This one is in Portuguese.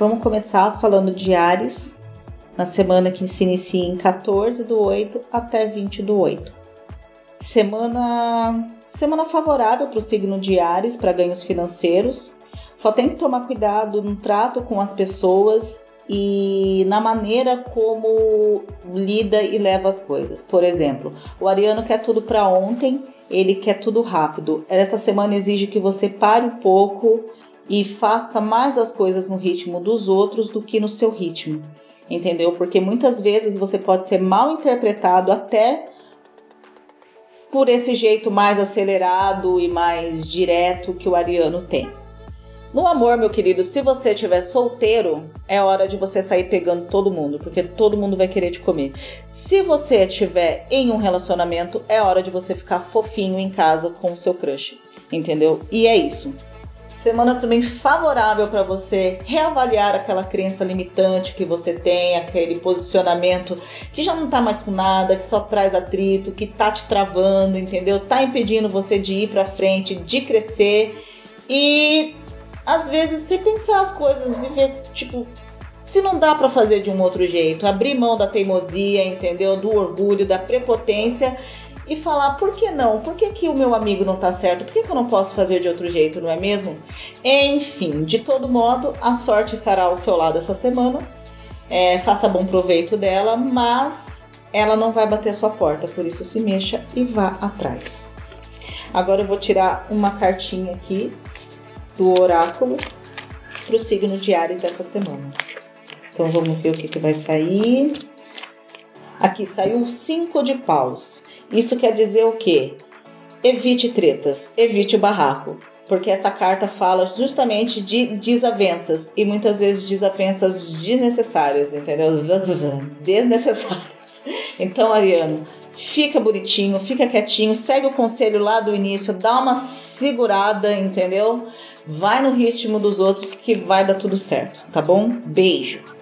vamos começar falando de Áries, na semana que se inicia em 14/8 até 20/8. Semana favorável para o signo de Áries, para ganhos financeiros. Só tem que tomar cuidado no trato com as pessoas e na maneira como lida e leva as coisas. Por exemplo, o ariano quer tudo para ontem, ele quer tudo rápido. Essa semana exige que você pare um pouco e faça mais as coisas no ritmo dos outros do que no seu ritmo, entendeu? Porque muitas vezes você pode ser mal interpretado até por esse jeito mais acelerado e mais direto que o ariano tem. No amor, meu querido, se você estiver solteiro, é hora de você sair pegando todo mundo, porque todo mundo vai querer te comer. Se você estiver em um relacionamento, é hora de você ficar fofinho em casa com o seu crush, entendeu? E é isso. Semana também favorável para você reavaliar aquela crença limitante que você tem, aquele posicionamento que já não tá mais com nada, que só traz atrito, que tá te travando, entendeu? Tá impedindo você de ir para frente, de crescer e às vezes você pensar as coisas e ver, tipo, se não dá para fazer de um outro jeito, abrir mão da teimosia, entendeu? Do orgulho, da prepotência e falar, por que não? Por que o meu amigo não tá certo? Por que eu não posso fazer de outro jeito, não é mesmo? Enfim, de todo modo, a sorte estará ao seu lado essa semana. Faça bom proveito dela, mas ela não vai bater a sua porta, por isso se mexa e vá atrás. Agora eu vou tirar uma cartinha aqui do oráculo para o signo de Áries essa semana. Então vamos ver o que vai sair. Aqui saiu 5 de paus. Isso quer dizer o quê? Evite tretas, evite o barraco, porque essa carta fala justamente de desavenças e muitas vezes desavenças desnecessárias, entendeu? Desnecessárias. Então, Ariano, fica bonitinho, fica quietinho, segue o conselho lá do início, dá uma segurada, entendeu? Vai no ritmo dos outros que vai dar tudo certo, tá bom? Beijo!